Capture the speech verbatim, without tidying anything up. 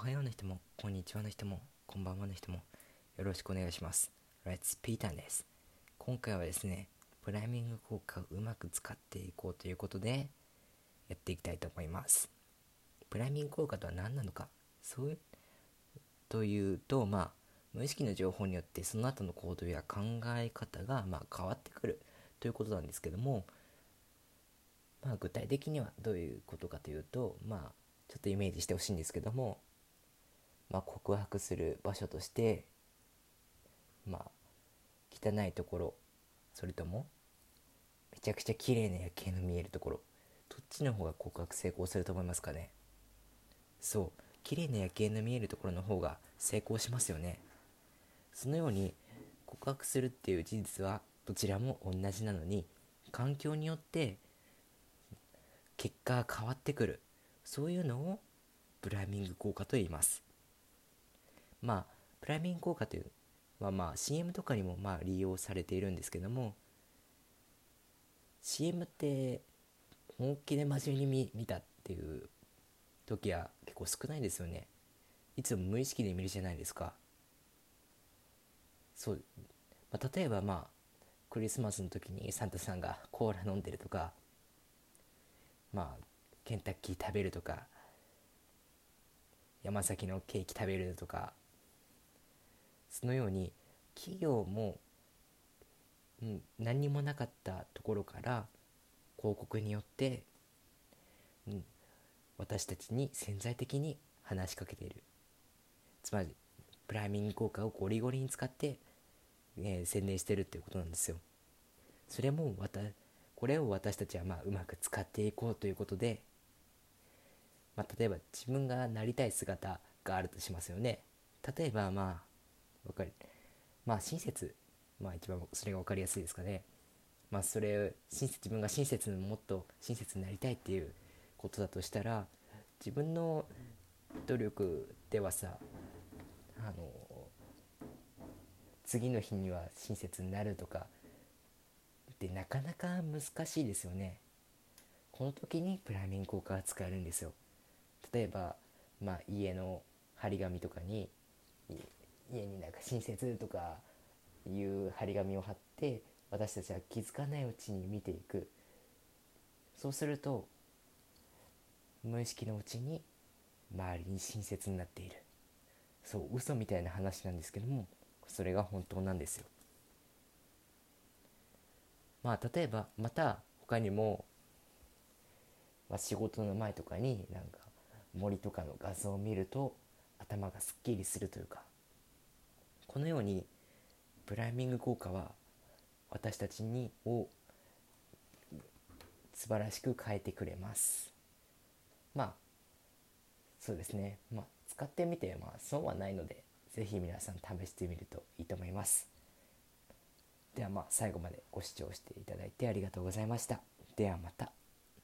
はようの人も、こんにちはの人も、こんばんはの人も、よろしくお願いします。Let's Peter です。今回はですね、プライミング効果をうまく使っていこうということで、やっていきたいと思います。プライミング効果とは何なのか、そういう、というと、まあ、無意識の情報によってその後の行動や考え方が、まあ、変わってくるということなんですけども、まあ、具体的にはどういうことかというと、まあ、ちょっとイメージしてほしいんですけども、まあ、告白する場所として、まあ、汚いところ、それともめちゃくちゃ綺麗な夜景の見えるところ、どっちの方が告白成功すると思いますかね。そう、綺麗な夜景の見えるところの方が成功しますよね。そのように告白するっていう事実はどちらも同じなのに、環境によって結果が変わってくる、そういうのをプライミング効果と言います。まあプライミング効果というのはまあ シーエム とかにもまあ利用されているんですけども、 シーエム って本気で真面目に 見, 見たっていう時は結構少ないですよね。いつも無意識で見るじゃないですか。そう、まあ、例えばまあクリスマスの時にサンタさんがコーラ飲んでるとか、まあケンタッキー食べるとか、山崎のケーキ食べるとか、そのように企業も、うん、何にもなかったところから広告によって、うん、私たちに潜在的に話しかけている。つまりプライミング効果をゴリゴリに使って、えー宣伝してるっていうことなんですよ。それもわたこれを私たちはまあうまく使っていこうということで、まあ、例えば自分がなりたい姿があるとしますよね。例えばまあわかるまあ親切、まあ一番それが分かりやすいですかね。まあそれ親切自分が親切にもっと親切になりたいっていうことだとしたら、自分の努力ではさ、あの次の日には親切になるとかでなかなか難しいですよね。この時にプライミング効果が使えるんですよ。例えば、まあ、家の張り紙とかに、家になんか親切とかいう張り紙を貼って、私たちは気づかないうちに見ていく。そうすると無意識のうちに周りに親切になっている。そう、嘘みたいな話なんですけども、それが本当なんですよ。まあ例えばまた他にも、まあ、仕事の前とかになんか森とかの画像を見ると頭がすっきりするというか、このようにプライミング効果は私たちにを素晴らしく変えてくれます。まあそうですね、まあ、使ってみてまあ損はないので、ぜひ皆さん試してみるといいと思います。ではまあ最後までご視聴していただいてありがとうございました。ではまた。